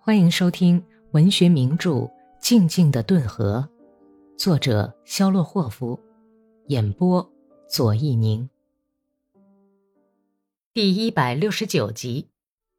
欢迎收听文学名著《静静的顿河》，作者肖洛霍夫，演播左一宁。第169集。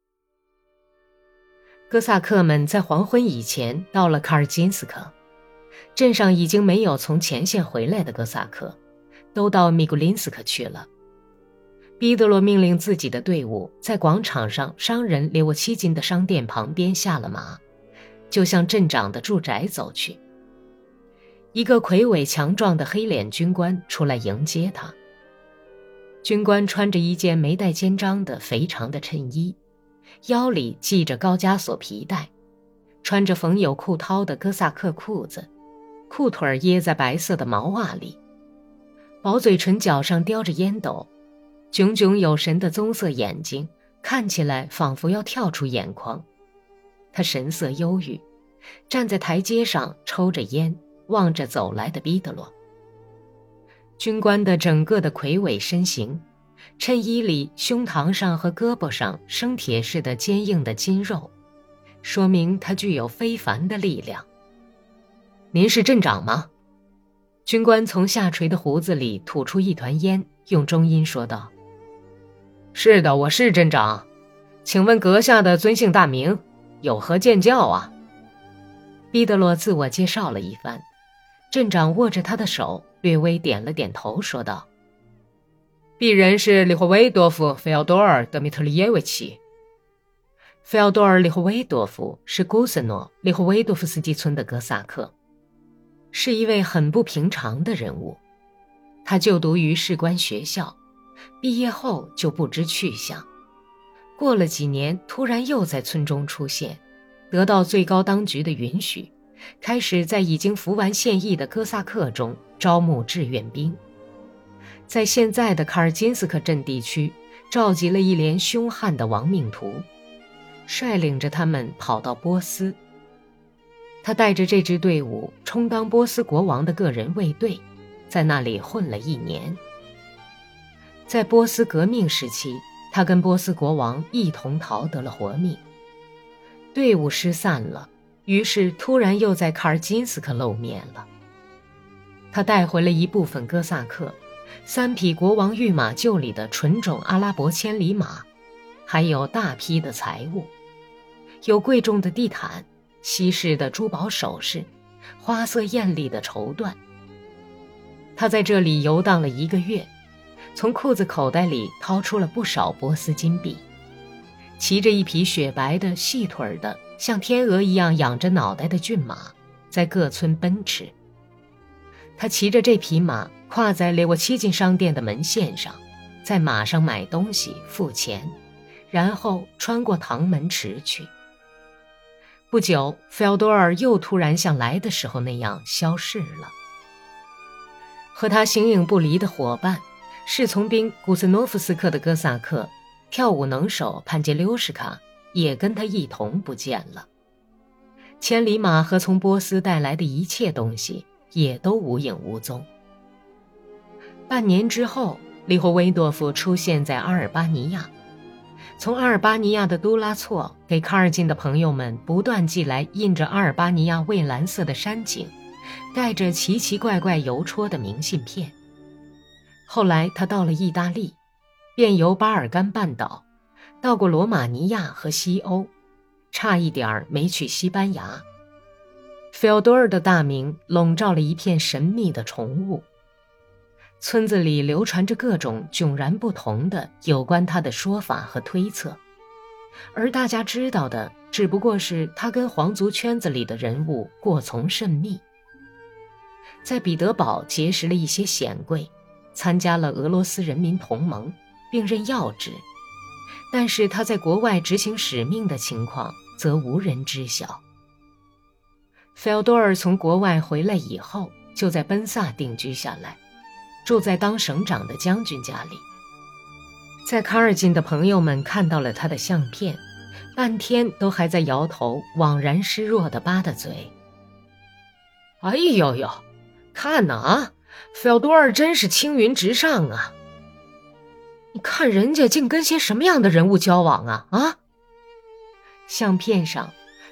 哥萨克们在黄昏以前到了卡尔金斯克，镇上已经没有从前线回来的哥萨克，都到米古林斯克去了。彼得罗命令自己的队伍在广场上商人列沃奇金的商店旁边下了马，就向镇长的住宅走去。一个魁伟强壮的黑脸军官出来迎接他。军官穿着一件没带肩章的肥长的衬衣，腰里系着高加索皮带，穿着缝有裤绦的哥萨克裤子，裤腿掖在白色的毛袜里，薄嘴唇角上叼着烟斗，炯炯有神的棕色眼睛看起来仿佛要跳出眼眶。他神色忧郁，站在台阶上抽着烟，望着走来的彼得罗。军官的整个的魁伟身形，衬衣里胸膛上和胳膊上生铁似的坚硬的筋肉，说明他具有非凡的力量。您是镇长吗？军官从下垂的胡子里吐出一团烟，用中音说道：是的，我是镇长，请问阁下的尊姓大名，有何见教啊？彼得罗自我介绍了一番，镇长握着他的手，略微点了点头，说道：鄙人是里霍维多夫·费奥多尔·德米特里耶维奇。费奥多尔·里霍维多夫是古斯诺·里霍维多夫斯基村的哥萨克，是一位很不平常的人物。他就读于士官学校，毕业后就不知去向，过了几年突然又在村中出现，得到最高当局的允许，开始在已经服完现役的哥萨克中招募志愿兵，在现在的卡尔金斯克镇地区召集了一连凶悍的亡命徒，率领着他们跑到波斯。他带着这支队伍充当波斯国王的个人卫队，在那里混了1年。在波斯革命时期，他跟波斯国王一同逃得了活命。队伍失散了，于是突然又在卡尔金斯克露面了。他带回了一部分哥萨克，3匹国王御马厩里的纯种阿拉伯千里马，还有大批的财物，有贵重的地毯，西式的珠宝首饰，花色艳丽的绸缎。他在这里游荡了1个月，从裤子口袋里掏出了不少波斯金币，骑着一匹雪白的细腿的像天鹅一样仰着脑袋的骏马，在各村奔驰。他骑着这匹马跨在列沃奇金商店的门线上，在马上买东西付钱，然后穿过唐门池去。不久，费奥多尔又突然像来的时候那样消逝了。和他形影不离的伙伴，侍从兵古斯诺夫斯克的哥萨克跳舞能手潘杰溜什卡也跟他一同不见了。千里马和从波斯带来的一切东西也都无影无踪。半年之后，里霍维多夫出现在阿尔巴尼亚。从阿尔巴尼亚的都拉措给卡尔金的朋友们不断寄来印着阿尔巴尼亚蔚蓝色的山景，带着奇奇怪怪邮戳的明信片。后来他到了意大利，便由巴尔干半岛到过罗马尼亚和西欧，差一点没去西班牙。费奥多尔的大名笼罩了一片神秘的重雾，村子里流传着各种迥然不同的有关他的说法和推测，而大家知道的只不过是他跟皇族圈子里的人物过从甚密。在彼得堡结识了一些显贵，参加了俄罗斯人民同盟，并任要职，但是他在国外执行使命的情况则无人知晓。费奥多尔从国外回来以后，就在奔萨定居下来，住在当省长的将军家里。在卡尔金的朋友们看到了他的相片，半天都还在摇头，惘然失弱地吧嗒嘴。哎呦呦，看呐啊，费奥多尔真是青云直上啊！你看人家竟跟些什么样的人物交往啊？啊！相片上，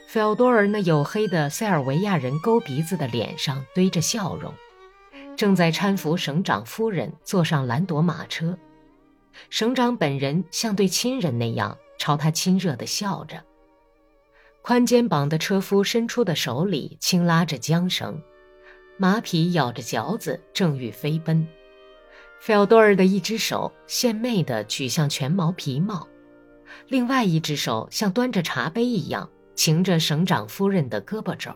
费奥多尔那黝黑的塞尔维亚人勾鼻子的脸上堆着笑容，正在搀扶省长夫人坐上兰朵马车。省长本人像对亲人那样朝他亲热地笑着。宽肩膀的车夫伸出的手里轻拉着缰绳，马匹咬着嚼子正欲飞奔。费奥多尔的一只手献媚地举向全毛皮帽，另外一只手像端着茶杯一样擎着省长夫人的胳膊肘。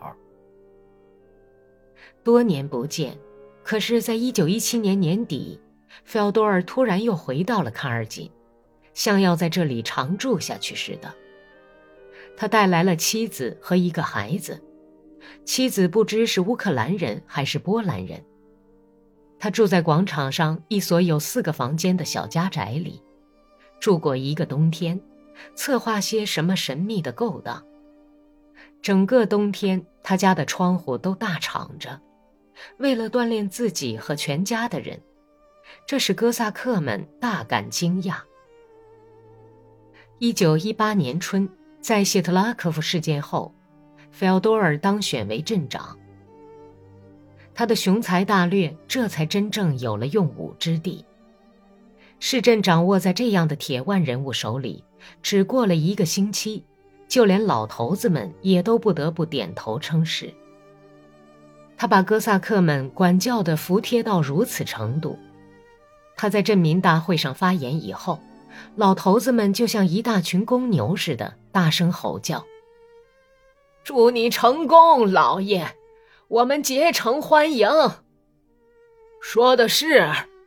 多年不见，可是在1917年年底，费奥多尔突然又回到了卡尔津，像要在这里常住下去似的。他带来了妻子和一个孩子，妻子不知是乌克兰人还是波兰人。他住在广场上一所有4个房间的小家宅里，住过1个冬天，策划些什么神秘的勾当。整个冬天，他家的窗户都大敞着，为了锻炼自己和全家的人，这使哥萨克们大感惊讶。1918年春，在谢特拉科夫事件后，费奥多尔当选为镇长。他的雄才大略这才真正有了用武之地。市镇掌握在这样的铁腕人物手里，只过了1个星期，就连老头子们也都不得不点头称是。他把哥萨克们管教得服帖到如此程度，他在镇民大会上发言以后，老头子们就像一大群公牛似的大声吼叫：“祝你成功，老爷！我们竭诚欢迎。”说的是。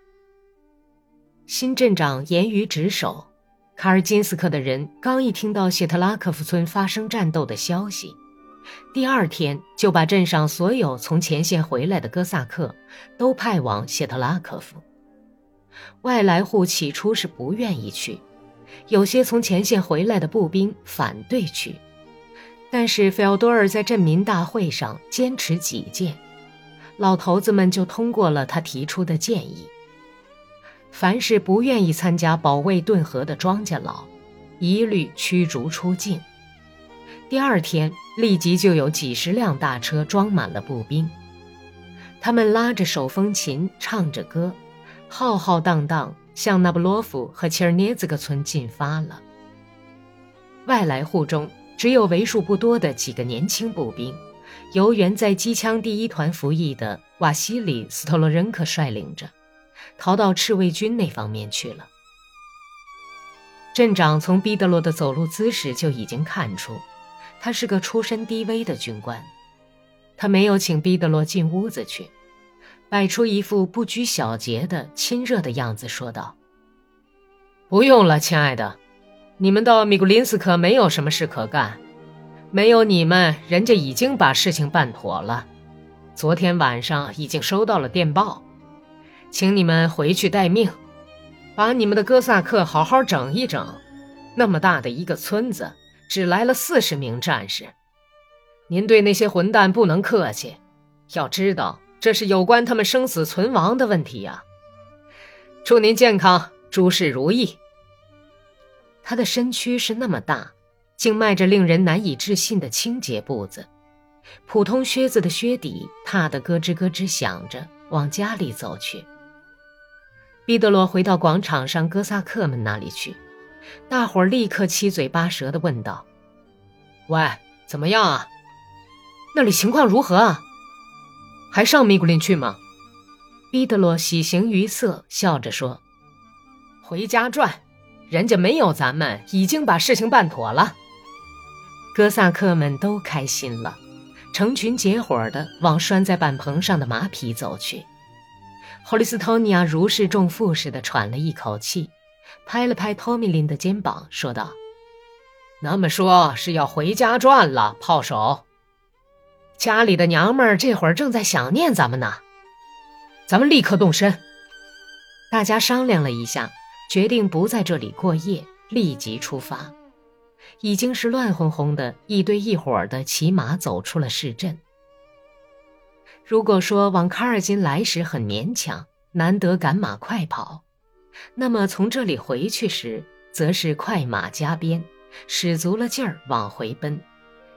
新镇长言语职守，卡尔金斯克的人刚一听到谢特拉科夫村发生战斗的消息，第2天就把镇上所有从前线回来的哥萨克都派往谢特拉科夫。外来户起初是不愿意去，有些从前线回来的步兵反对去，但是费奥多尔在镇民大会上坚持己见，老头子们就通过了他提出的建议。凡是不愿意参加保卫顿河的庄稼佬，一律驱逐出境。第2天，立即就有几十辆大车装满了步兵，他们拉着手风琴，唱着歌，浩浩荡荡向那布洛夫和切尔涅兹克村进发了。外来户中只有为数不多的几个年轻步兵，由原在机枪第1团服役的瓦西里·斯托洛任科率领着，逃到赤卫军那方面去了。镇长从毕德罗的走路姿势就已经看出，他是个出身低微的军官。他没有请毕德罗进屋子去，摆出一副不拘小节的亲热的样子，说道：“不用了，亲爱的，你们到米古林斯克没有什么事可干，没有你们，人家已经把事情办妥了。昨天晚上已经收到了电报，请你们回去待命，把你们的哥萨克好好整一整。那么大的一个村子，只来了40名战士，您对那些混蛋不能客气，要知道这是有关他们生死存亡的问题呀。祝您健康，诸事如意。”他的身躯是那么大，竟迈着令人难以置信的清洁步子，普通靴子的靴底踏得咯吱咯吱响着，往家里走去。毕德罗回到广场上哥萨克们那里去，大伙儿立刻七嘴八舌地问道：“喂，怎么样啊？那里情况如何啊？还上米古林去吗？”毕德罗喜形于色，笑着说：“回家转，人家没有咱们，已经把事情办妥了。”哥萨克们都开心了，成群结伙地往拴在板棚上的马匹走去。霍利斯托尼亚如释重负似的喘了一口气，拍了拍托米林的肩膀，说道：“那么说是要回家转了，炮手。家里的娘们儿这会儿正在想念咱们呢。咱们立刻动身。”大家商量了一下，决定不在这里过夜，立即出发。已经是乱哄哄的，一堆一伙的骑马走出了市镇。如果说往卡尔津来时很勉强，难得赶马快跑，那么从这里回去时，则是快马加鞭，使足了劲儿往回奔，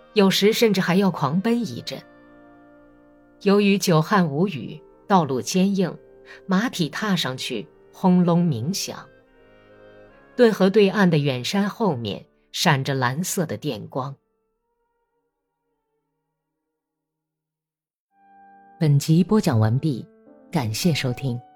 有时甚至还要狂奔一阵。由于久旱无雨，道路坚硬，马匹踏上去轰隆鸣响。顿河对岸的远山后面闪着蓝色的电光。本集播讲完毕，感谢收听。